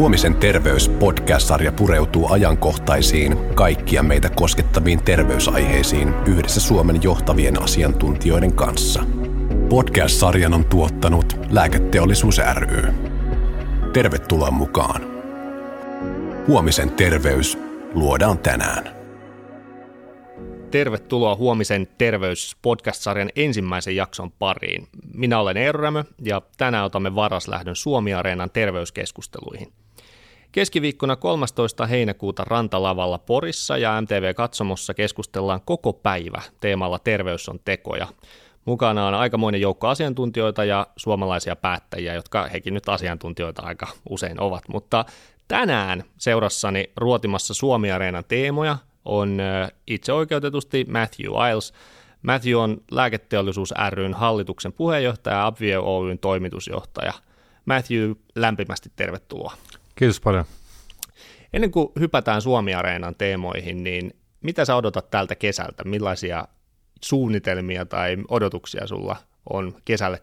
Huomisen terveys podcast-sarja pureutuu ajankohtaisiin, kaikkia meitä koskettaviin terveysaiheisiin yhdessä Suomen johtavien asiantuntijoiden kanssa. Podcast-sarjan on tuottanut Lääketeollisuus ry. Tervetuloa mukaan. Huomisen terveys luodaan tänään. Tervetuloa Huomisen terveys podcast-sarjan ensimmäisen jakson pariin. Minä olen Eero Rämö ja tänään otamme varaslähdön Suomi-areenan terveyskeskusteluihin. Keskiviikkona 13. heinäkuuta Rantalavalla Porissa ja MTV-katsomossa keskustellaan koko päivä teemalla Terveys on tekoja. Mukana on aikamoinen joukko asiantuntijoita ja suomalaisia päättäjiä, jotka hekin nyt asiantuntijoita aika usein ovat. Mutta tänään seurassani ruotimassa Suomi-areenan teemoja on itseoikeutetusti Matthew Iles. Matthew on Lääketeollisuus ry:n hallituksen puheenjohtaja ja Abvie Oyn toimitusjohtaja. Matthew, lämpimästi tervetuloa. Kiitos paljon. Ennen kuin hypätään Suomi-areenan teemoihin, niin mitä sä odotat tältä kesältä? Millaisia suunnitelmia tai odotuksia sulla on kesälle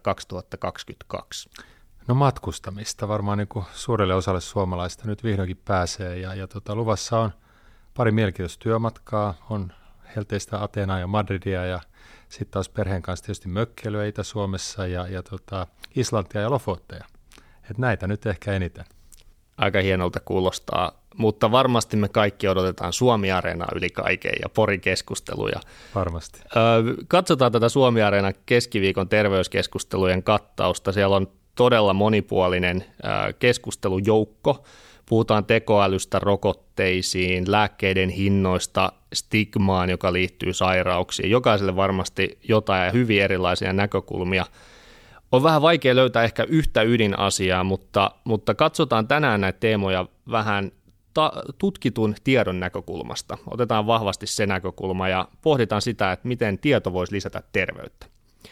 2022? No matkustamista varmaan niin kuin suurelle osalle suomalaista nyt vihdoinkin pääsee ja luvassa on pari mielenkiintoista työmatkaa, on helteistä Ateenaa ja Madridia ja sitten taas perheen kanssa tietysti mökkeilyä Itä-Suomessa ja Islantia ja Lofotteja. Et näitä nyt ehkä eniten. Aika hienolta kuulostaa, mutta varmasti me kaikki odotetaan Suomi-areenaa yli kaiken ja Pori-keskusteluja. Varmasti. Katsotaan tätä Suomi-areenan keskiviikon terveyskeskustelujen kattausta. Siellä on todella monipuolinen keskustelujoukko. Puhutaan tekoälystä, rokotteisiin, lääkkeiden hinnoista, stigmaan, joka liittyy sairauksiin. Jokaiselle varmasti jotain ja hyvin erilaisia näkökulmia. On vähän vaikea löytää ehkä yhtä ydinasiaa, mutta katsotaan tänään näitä teemoja vähän tutkitun tiedon näkökulmasta. Otetaan vahvasti se näkökulma ja pohditaan sitä, että miten tieto voisi lisätä terveyttä.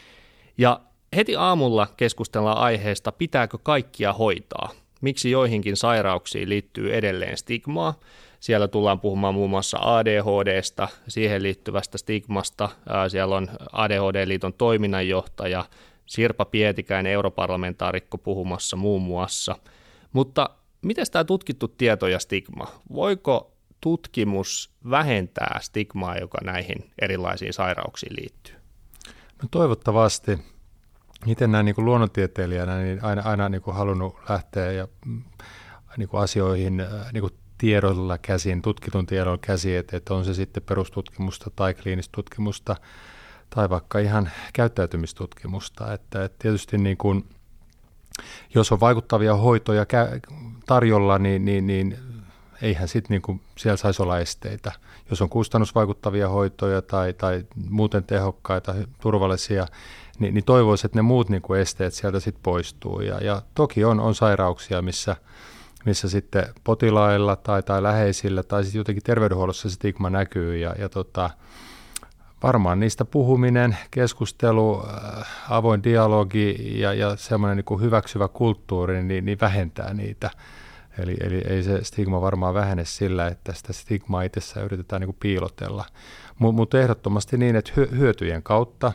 Ja heti aamulla keskustellaan aiheesta, pitääkö kaikkia hoitaa. Miksi joihinkin sairauksiin liittyy edelleen stigmaa. Siellä tullaan puhumaan muun muassa ADHDsta, siihen liittyvästä stigmasta. Siellä on ADHD-liiton toiminnanjohtaja Sirpa Pietikäinen, europarlamentaarikko, puhumassa muun muassa. Mutta miten tämä tutkittu tieto ja stigma? Voiko tutkimus vähentää stigmaa, joka näihin erilaisiin sairauksiin liittyy? No toivottavasti. Itse näin niin kuin luonnontieteilijänä niin aina niin kuin halunnut lähteä ja niin kuin asioihin niin kuin tiedolla käsin, tutkitun tiedolla käsin, että on se sitten perustutkimusta tai kliinistä tutkimusta tai vaikka ihan käyttäytymistutkimusta. Että tietysti niin kuin, jos on vaikuttavia hoitoja tarjolla, niin eihän sitten niin kuin siellä saisi olla esteitä. Jos on kustannusvaikuttavia hoitoja tai muuten tehokkaita, turvallisia, niin toivoisi, että ne muut niin kuin esteet sieltä sitten poistuu. Ja toki on sairauksia, missä sitten potilailla tai läheisillä tai sitten jotenkin terveydenhuollossa stigma näkyy. Varmaan niistä puhuminen, keskustelu, avoin dialogi ja semmoinen niin kuin hyväksyvä kulttuuri niin vähentää niitä. Eli ei se stigma varmaan vähene sillä, että sitä stigmaa itsessään yritetään niin kuin piilotella. Mutta ehdottomasti niin, että hyötyjen kautta,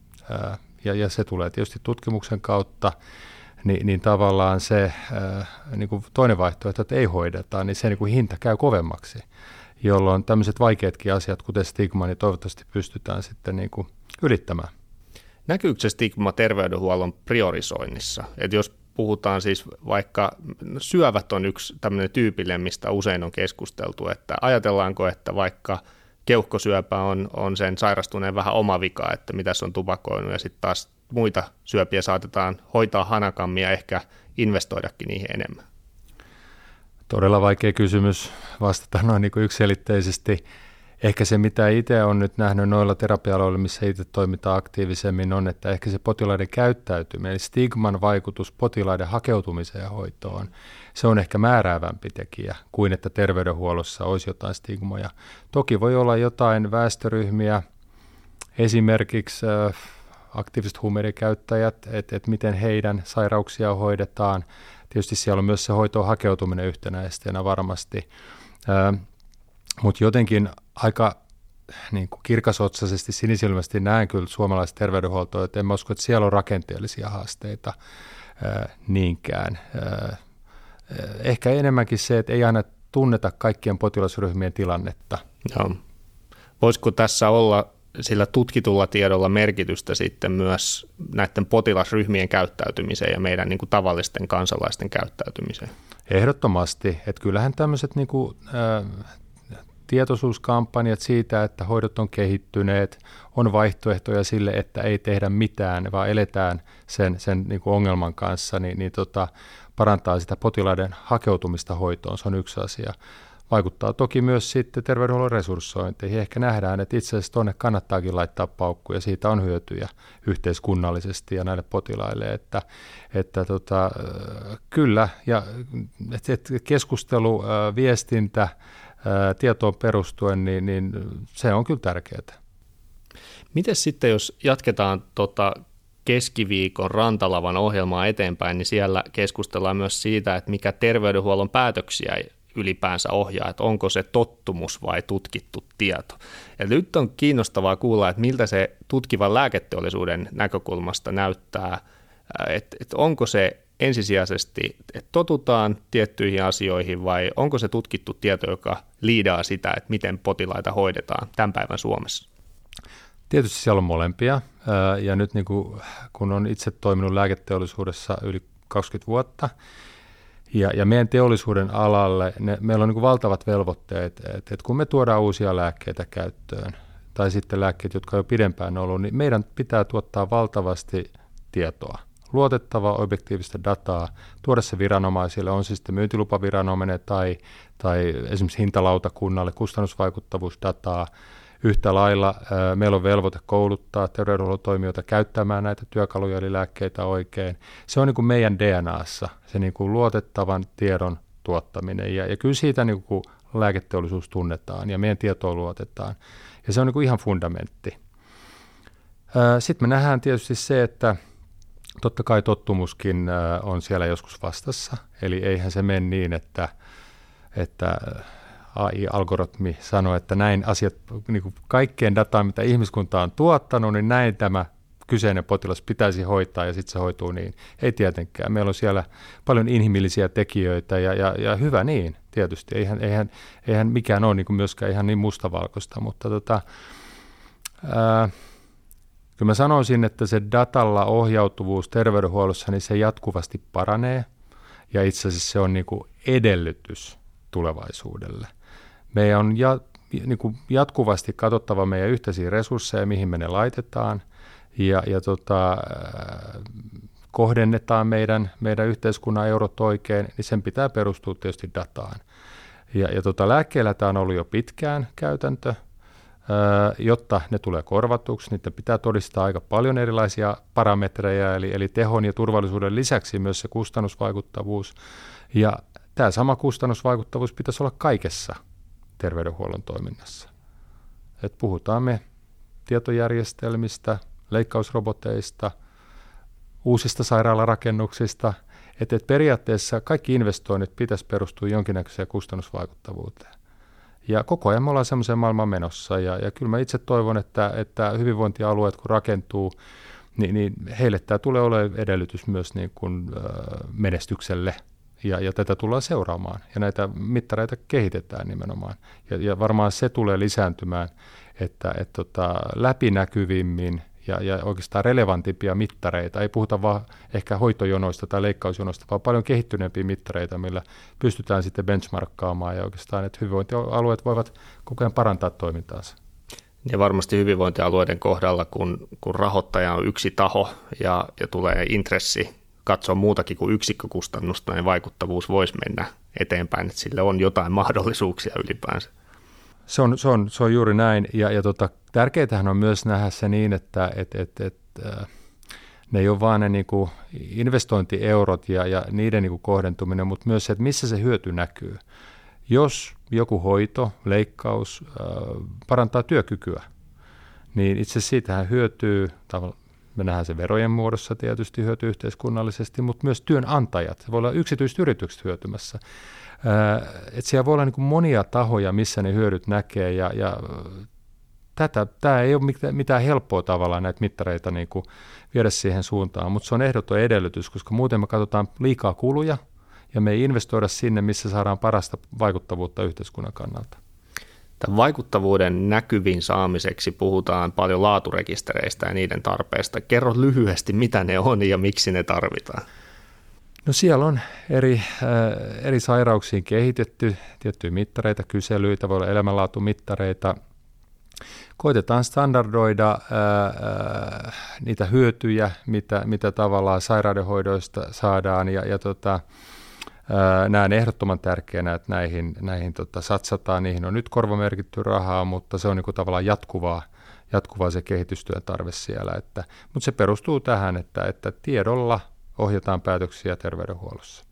ja se tulee tietysti tutkimuksen kautta, niin tavallaan se niin kuin toinen vaihtoehto, että ei hoideta, niin se niin kuin hinta käy kovemmaksi, jolloin tämmöiset vaikeatkin asiat, kuten stigma, niin toivottavasti pystytään sitten niin kuin ylittämään. Näkyykö se stigma terveydenhuollon priorisoinnissa? Että jos puhutaan siis vaikka, syövät on yksi tämmöinen tyypillinen, mistä usein on keskusteltu, että ajatellaanko, että vaikka keuhkosyöpä on sen sairastuneen vähän oma vika, että mitä se on tupakoinut ja sitten taas muita syöpiä saatetaan hoitaa hanakammin ja ehkä investoidakin niihin enemmän. Todella vaikea kysymys vastata noin niin kuin yksiselitteisesti. Ehkä se, mitä itse olen nyt nähnyt noilla terapia-aloilla, missä itse toimitaan aktiivisemmin, on, että ehkä se potilaiden käyttäytyminen, eli stigman vaikutus potilaiden hakeutumiseen ja hoitoon, se on ehkä määräävämpi tekijä kuin että terveydenhuollossa olisi jotain stigmoja. Toki voi olla jotain väestöryhmiä, esimerkiksi aktiiviset huumeiden käyttäjät, että miten heidän sairauksia hoidetaan. Tietysti siellä on myös se hoitoon hakeutuminen yhtenä esteenä varmasti. Mutta jotenkin aika niin kuin kirkasotsaisesti, sinisilmäisesti näen kyllä suomalaista terveydenhuoltoa, että en mä usko, että siellä on rakenteellisia haasteita niinkään. ehkä enemmänkin se, että ei aina tunneta kaikkien potilasryhmien tilannetta. Joo. Voisiko tässä olla sillä tutkitulla tiedolla merkitystä sitten myös näiden potilasryhmien käyttäytymiseen ja meidän niin kuin tavallisten kansalaisten käyttäytymiseen? Ehdottomasti, että kyllähän tämmöiset niin kuin, tietoisuuskampanjat siitä, että hoidot on kehittyneet, on vaihtoehtoja sille, että ei tehdä mitään, vaan eletään sen niin kuin ongelman kanssa, niin parantaa sitä potilaiden hakeutumista hoitoon, se on yksi asia. Vaikuttaa toki myös sitten terveydenhuollon resurssointeihin. Ehkä nähdään, että itse asiassa tuonne kannattaakin laittaa paukkuja, siitä on hyötyjä yhteiskunnallisesti ja näille potilaille, että kyllä, ja että keskustelu, viestintä, tietoon perustuen, niin se on kyllä tärkeää. Miten sitten, jos jatketaan keskiviikon Rantalavan ohjelmaa eteenpäin, niin siellä keskustellaan myös siitä, että mikä terveydenhuollon päätöksiä ylipäänsä ohjaa, että onko se tottumus vai tutkittu tieto. Ja nyt on kiinnostavaa kuulla, että miltä se tutkivan lääketeollisuuden näkökulmasta näyttää, että onko se ensisijaisesti, että totutaan tiettyihin asioihin vai onko se tutkittu tieto, joka liidaa sitä, että miten potilaita hoidetaan tämän päivän Suomessa? Tietysti siellä on molempia, ja nyt niin kun on itse toiminut lääketeollisuudessa yli 20 vuotta, ja meidän teollisuuden alalle meillä on niin kuin valtavat velvoitteet, että kun me tuodaan uusia lääkkeitä käyttöön, tai sitten lääkkeet, jotka on jo pidempään ollut, niin meidän pitää tuottaa valtavasti tietoa, luotettavaa, objektiivista dataa, tuoda se viranomaisille, on se sitten myyntilupaviranomainen tai esimerkiksi hintalautakunnalle, kustannusvaikuttavuusdataa. Yhtä lailla meillä on velvoite kouluttaa terveydenhuollon toimijoita käyttämään näitä työkaluja eli lääkkeitä oikein. Se on niin kuin meidän DNAssa, se niin kuin luotettavan tiedon tuottaminen. Ja kyllä siitä niin kuin lääketeollisuus tunnetaan ja meidän tietoon luotetaan. Ja se on niin kuin ihan fundamentti. Sitten me nähdään tietysti se, että totta kai tottumuskin on siellä joskus vastassa. Eli eihän se mene niin, että AI-algoritmi sanoo, että näin asiat, niin kuin kaikkeen dataan, mitä ihmiskunta on tuottanut, niin näin tämä kyseinen potilas pitäisi hoitaa ja sitten se hoituu niin. Ei tietenkään. Meillä on siellä paljon inhimillisiä tekijöitä ja hyvä niin tietysti. Eihän mikään ole niin kuin myöskään ihan niin mustavalkoista, mutta kyllä mä sanoisin, että se datalla ohjautuvuus terveydenhuollossa, niin se jatkuvasti paranee ja itse asiassa se on niin kuin edellytys tulevaisuudelle. Meidän on niin kuin jatkuvasti katsottava meidän yhteisiä resursseja, mihin me ne laitetaan, ja kohdennetaan meidän yhteiskunnan eurot oikein, niin sen pitää perustua tietysti dataan. Ja lääkkeillä tämä on ollut jo pitkään käytäntö, jotta ne tulee korvatuksi, niitä pitää todistaa aika paljon erilaisia parametreja, eli tehon ja turvallisuuden lisäksi myös se kustannusvaikuttavuus, ja tämä sama kustannusvaikuttavuus pitäisi olla kaikessa terveydenhuollon toiminnassa. Et puhutaan me tietojärjestelmistä, leikkausroboteista, uusista sairaalarakennuksista, että periaatteessa kaikki investoinnit pitäisi perustua jonkinnäköiseen kustannusvaikuttavuuteen. Ja koko ajan me ollaan semmoiseen maailman menossa, ja kyllä mä itse toivon, että hyvinvointialueet kun rakentuu, niin heille tämä tulee olemaan edellytys myös niin kuin menestykselle. Ja tätä tullaan seuraamaan, ja näitä mittareita kehitetään nimenomaan. Ja varmaan se tulee lisääntymään, että läpinäkyvimmin ja oikeastaan relevantimpia mittareita, ei puhuta vaan ehkä hoitojonoista tai leikkausjonoista, vaan paljon kehittyneempiä mittareita, millä pystytään sitten benchmarkkaamaan, ja oikeastaan, että hyvinvointialueet voivat koko ajan parantaa toimintaansa. Ja varmasti hyvinvointialueiden kohdalla, kun rahoittaja on yksi taho ja tulee intressi katsoa muutakin kuin yksikkökustannusta, niin vaikuttavuus voisi mennä eteenpäin, että sille on jotain mahdollisuuksia ylipäänsä. Se on juuri näin, ja tärkeintähän on myös nähdä se niin, että ne ei ole vaan ne niin kuin investointieurot ja niiden niin kuin kohdentuminen, mutta myös se, että missä se hyöty näkyy. Jos joku hoito, leikkaus parantaa työkykyä, niin itse asiassa siitähän hyötyy me nähdään se verojen muodossa tietysti hyöty yhteiskunnallisesti, mutta myös työnantajat. Se voi olla yksityiset yritykset hyötymässä. Että siellä voi olla niin kuin monia tahoja, missä ne hyödyt näkee, ja tämä ei ole mitään helppoa tavallaan näitä mittareita niin kuin viedä siihen suuntaan, mutta se on ehdoton edellytys, koska muuten me katsotaan liikaa kuluja, ja me ei investoida sinne, missä saadaan parasta vaikuttavuutta yhteiskunnan kannalta. Tämän vaikuttavuuden näkyviin saamiseksi puhutaan paljon laaturekistereistä ja niiden tarpeesta. Kerro lyhyesti, mitä ne on ja miksi ne tarvitaan. No siellä on eri sairauksiin kehitetty tiettyjä mittareita, kyselyitä, voi olla elämänlaatumittareita. Koitetaan standardoida niitä hyötyjä, mitä tavallaan sairaudenhoidoista saadaan näen ehdottoman tärkeänä, että näihin satsataan. Niihin on nyt korvamerkitty rahaa, mutta se on niin kuin tavallaan jatkuvaa se kehitystyön tarve siellä. Mutta se perustuu tähän, että tiedolla ohjataan päätöksiä terveydenhuollossa.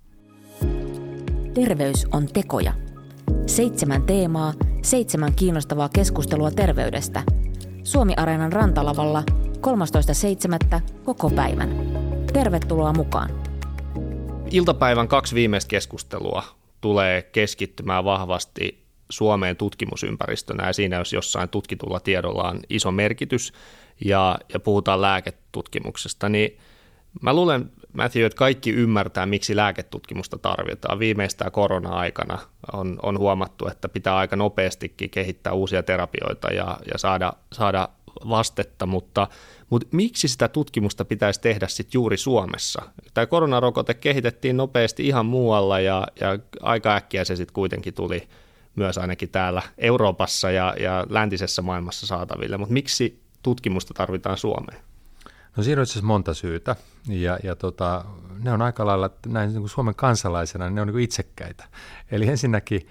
Terveys on tekoja. 7 teemaa, 7 kiinnostavaa keskustelua terveydestä. Suomi-areenan rantalavalla 13.7. koko päivän. Tervetuloa mukaan. Iltapäivän 2 viimeistä keskustelua tulee keskittymään vahvasti Suomeen tutkimusympäristönä, ja siinä jos jossain tutkitulla tiedolla on iso merkitys, ja puhutaan lääketutkimuksesta, niin mä luulen, Matthew, että kaikki ymmärtää, miksi lääketutkimusta tarvitaan. Viimeistään korona-aikana on huomattu, että pitää aika nopeastikin kehittää uusia terapioita ja saada vastetta, mutta miksi sitä tutkimusta pitäisi tehdä sitten juuri Suomessa? Tämä koronarokote kehitettiin nopeasti ihan muualla ja aika äkkiä se sitten kuitenkin tuli myös ainakin täällä Euroopassa ja läntisessä maailmassa saataville, mutta miksi tutkimusta tarvitaan Suomeen? No siinä on itse asiassa monta syytä ja ne on aika lailla näin niin kuin Suomen kansalaisena, ne on niin kuin itsekkäitä. Eli ensinnäkin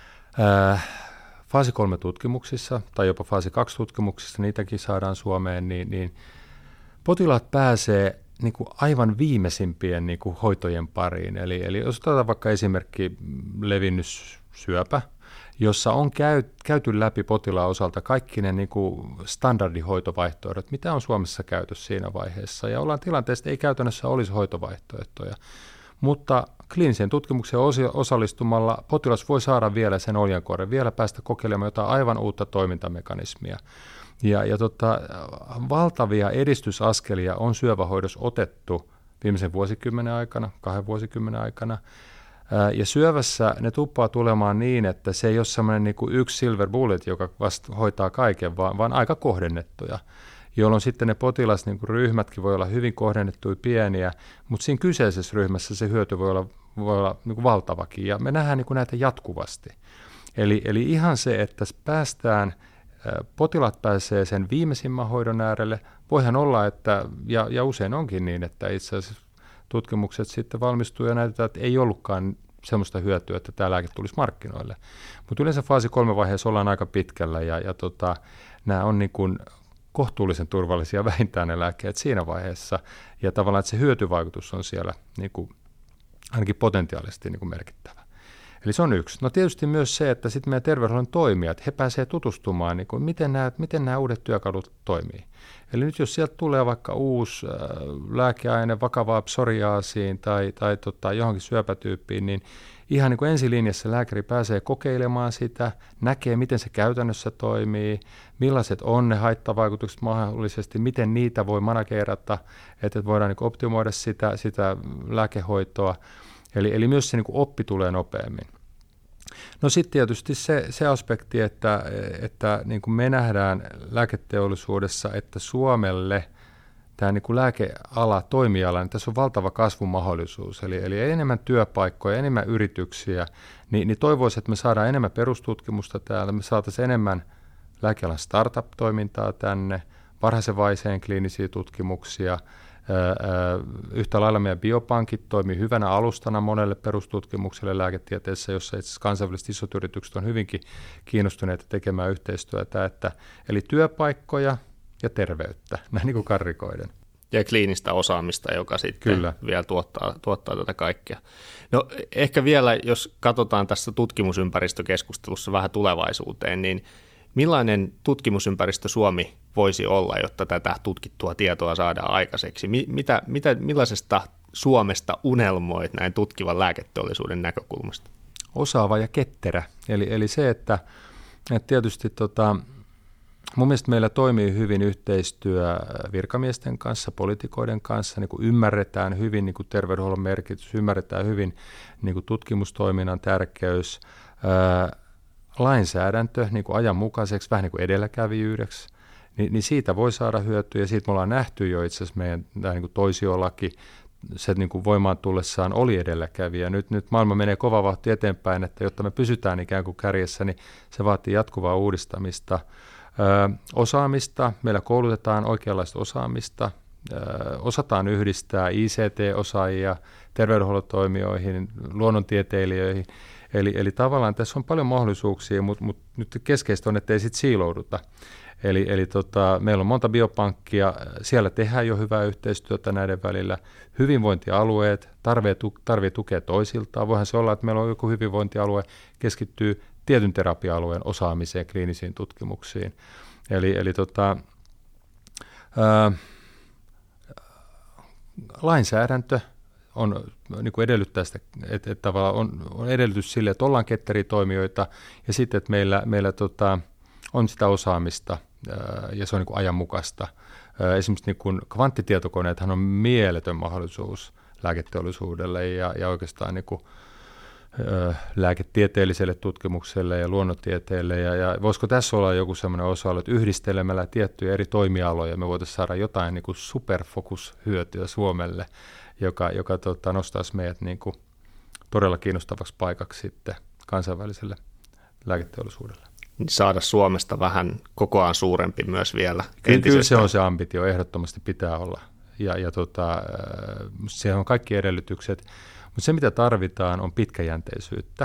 faasi 3 tutkimuksissa tai jopa faasi 2 tutkimuksissa, niitäkin saadaan Suomeen, niin potilaat pääsee niin kuin aivan viimeisimpien niin kuin hoitojen pariin. Eli jos otetaan vaikka esimerkki levinnyt syöpä, jossa on käyty läpi potilaan osalta kaikki ne niin kuin standardihoitovaihtoehdot, mitä on Suomessa käytössä siinä vaiheessa. Ja ollaan tilanteessa, että ei käytännössä olisi hoitovaihtoehtoja. Mutta kliiniseen tutkimukseen osallistumalla potilas voi saada vielä sen oljenkorren, vielä päästä kokeilemaan jotain aivan uutta toimintamekanismia. Ja valtavia edistysaskelia on syövähoidossa otettu viimeisen vuosikymmenen aikana, 2 vuosikymmenen aikana. Ja syövässä ne tuppaa tulemaan niin, että se ei ole sellainen niin kuin yksi silver bullet, joka vasta hoitaa kaiken, vaan aika kohdennettuja, jolloin sitten ne potilasryhmätkin voi olla hyvin kohdennettuja pieniä, mutta siinä kyseisessä ryhmässä se hyöty voi olla niin kuin valtavakin, ja me nähdään niin kuin näitä jatkuvasti. Eli ihan se, että potilaat pääsee sen viimeisimmän hoidon äärelle, voihan olla, ja usein onkin niin, että itse asiassa tutkimukset sitten valmistuu ja näytetään, että ei ollutkaan semmoista hyötyä, että tämä lääke tulisi markkinoille. Mutta yleensä faasi 3 vaiheessa ollaan aika pitkällä ja nämä on niin kuin kohtuullisen turvallisia vähintään ne lääkkeet siinä vaiheessa. Ja tavallaan, että se hyötyvaikutus on siellä niin kuin, ainakin potentiaalisesti niin kuin merkittävä. Eli se on yksi. No tietysti myös se, että sitten meidän terveydenhuollon toimijat, he pääsevät tutustumaan, niin kuin, miten nämä uudet työkalut toimii. Eli nyt jos sieltä tulee vaikka uusi lääkeaine vakavaa psoriaasiin tai johonkin syöpätyyppiin, niin ihan niin kuin ensilinjassa lääkäri pääsee kokeilemaan sitä, näkee miten se käytännössä toimii, millaiset on ne haittavaikutukset mahdollisesti, miten niitä voi manageerata, että voidaan niin kuin optimoida sitä lääkehoitoa. Eli myös se niin kuin oppi tulee nopeammin. No sitten tietysti se aspekti, että niin kuin me nähdään lääketeollisuudessa, että Suomelle tämä niin kuin lääkeala, toimiala, niin tässä on valtava kasvun mahdollisuus. Eli enemmän työpaikkoja, enemmän yrityksiä, niin toivoisin, että me saadaan enemmän perustutkimusta täällä, me saataisiin enemmän lääkealan startup-toimintaa tänne, varhaisen vaiheen kliinisiä tutkimuksia. Yhtä lailla meidän biopankit toimii hyvänä alustana monelle perustutkimukselle lääketieteessä, jossa itse asiassa kansainväliset isot yritykset on hyvinkin kiinnostuneita tekemään yhteistyötä, eli työpaikkoja ja terveyttä, näin niin kuin karrikoiden. Ja kliinistä osaamista, joka sitten Kyllä. vielä tuottaa tätä kaikkea. No ehkä vielä, jos katsotaan tässä tutkimusympäristökeskustelussa vähän tulevaisuuteen, niin millainen tutkimusympäristö Suomi voisi olla, jotta tätä tutkittua tietoa saadaan aikaiseksi? Millaisesta Suomesta unelmoit näin tutkivan lääketeollisuuden näkökulmasta? Osaava ja ketterä. Eli se, että tietysti mun mielestä meillä toimii hyvin yhteistyö virkamiesten kanssa, poliitikoiden kanssa, niin kuin ymmärretään hyvin niin kuin terveydenhuollon merkitys, ymmärretään hyvin niin kuin tutkimustoiminnan tärkeys, lainsäädäntö niin kuin ajanmukaiseksi, vähän niin kuin edelläkävijyydeksi, niin siitä voi saada hyötyä, ja siitä me ollaan nähty jo itse asiassa meidän niin kuin toisiolaki, se niin kuin voimaan tullessaan oli edelläkävijä. Nyt maailma menee kova vauhti eteenpäin, että jotta me pysytään ikään kuin kärjessä, niin se vaatii jatkuvaa uudistamista. Osaamista, meillä koulutetaan oikeanlaista osaamista, osataan yhdistää ICT-osaajia terveydenhuoltotoimijoihin, luonnontieteilijöihin, eli tavallaan tässä on paljon mahdollisuuksia, mutta nyt keskeistä on, että ei sitten siilouduta. Eli meillä on monta biopankkia, siellä tehdään jo hyvää yhteistyötä näiden välillä. Hyvinvointialueet tarvitsee tukea toisiltaan. Voihan se olla, että meillä on joku hyvinvointialue keskittyy tietyn terapia-alueen osaamiseen, kliinisiin tutkimuksiin. Lainsäädäntö on niin kuin edellyttää sitä, että tavallaan on edellytys sille, että ollaan ketteriä toimijoita ja sitten, että meillä on sitä osaamista ja se on niin kuin ajanmukaista. Esimerkiksi niin kuin kvanttitietokoneethan on mieletön mahdollisuus lääketeollisuudelle ja oikeastaan niin kuin lääketieteelliselle tutkimukselle ja luonnontieteelle. Ja voisiko tässä olla joku sellainen osa-alue, että yhdistelemällä tiettyjä eri toimialoja me voitaisiin saada jotain niin kuin superfokushyötyä Suomelle, joka nostaisi meidät niin kuin todella kiinnostavaksi paikaksi sitten kansainväliselle lääketeollisuudelle. Saada Suomesta vähän kokoaan suurempi myös vielä. Kyllä se on se ambitio, ehdottomasti pitää olla. Ja siellä on kaikki edellytykset. Mutta se, mitä tarvitaan, on pitkäjänteisyyttä.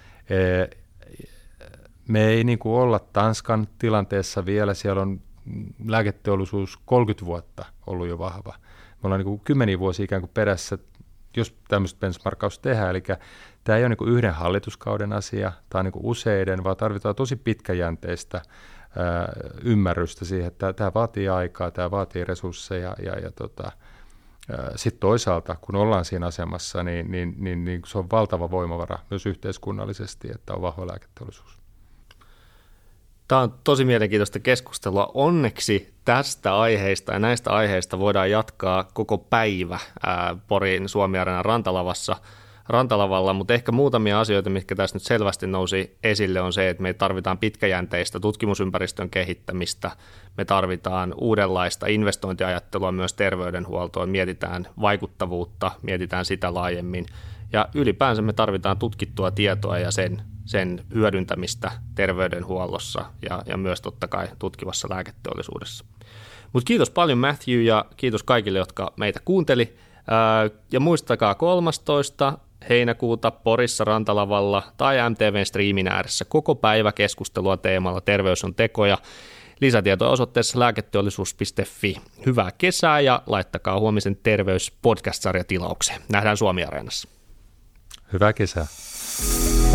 Me ei niin kuin olla Tanskan tilanteessa vielä. Siellä on lääketeollisuus 30 vuotta ollut jo vahva. Me ollaan niin kuin 10 vuosia ikään kuin perässä, jos tämmöistä benchmarkkausta tehdään. Eli tämä ei ole niin kuin yhden hallituskauden asia, tämä on niin kuin useiden, vaan tarvitaan tosi pitkäjänteistä ymmärrystä siihen, että tämä vaatii aikaa, tämä vaatii resursseja sitten toisaalta, kun ollaan siinä asemassa, niin se on valtava voimavara myös yhteiskunnallisesti, että on vahva lääketeollisuus. Tämä on tosi mielenkiintoista keskustelua. Onneksi tästä aiheesta ja näistä aiheista voidaan jatkaa koko päivä Porin Suomi-areenan rantalavalla, mutta ehkä muutamia asioita, mitkä tässä nyt selvästi nousi esille, on se, että me tarvitaan pitkäjänteistä tutkimusympäristön kehittämistä, me tarvitaan uudenlaista investointiajattelua myös terveydenhuoltoon, mietitään vaikuttavuutta, mietitään sitä laajemmin, ja ylipäänsä me tarvitaan tutkittua tietoa ja sen hyödyntämistä terveydenhuollossa ja myös totta kai tutkivassa lääketeollisuudessa. Mutta kiitos paljon Matthew ja kiitos kaikille, jotka meitä kuunteli. Ja muistakaa 13. heinäkuuta Porissa Rantalavalla tai MTVn striimin ääressä koko päivä keskustelua teemalla Terveys on tekoja. Lisätietoa osoitteessa lääketeollisuus.fi. Hyvää kesää ja laittakaa huomisen Terveys-podcast-sarja tilaukseen. Nähdään Suomi-areenassa. Hyvää kesää.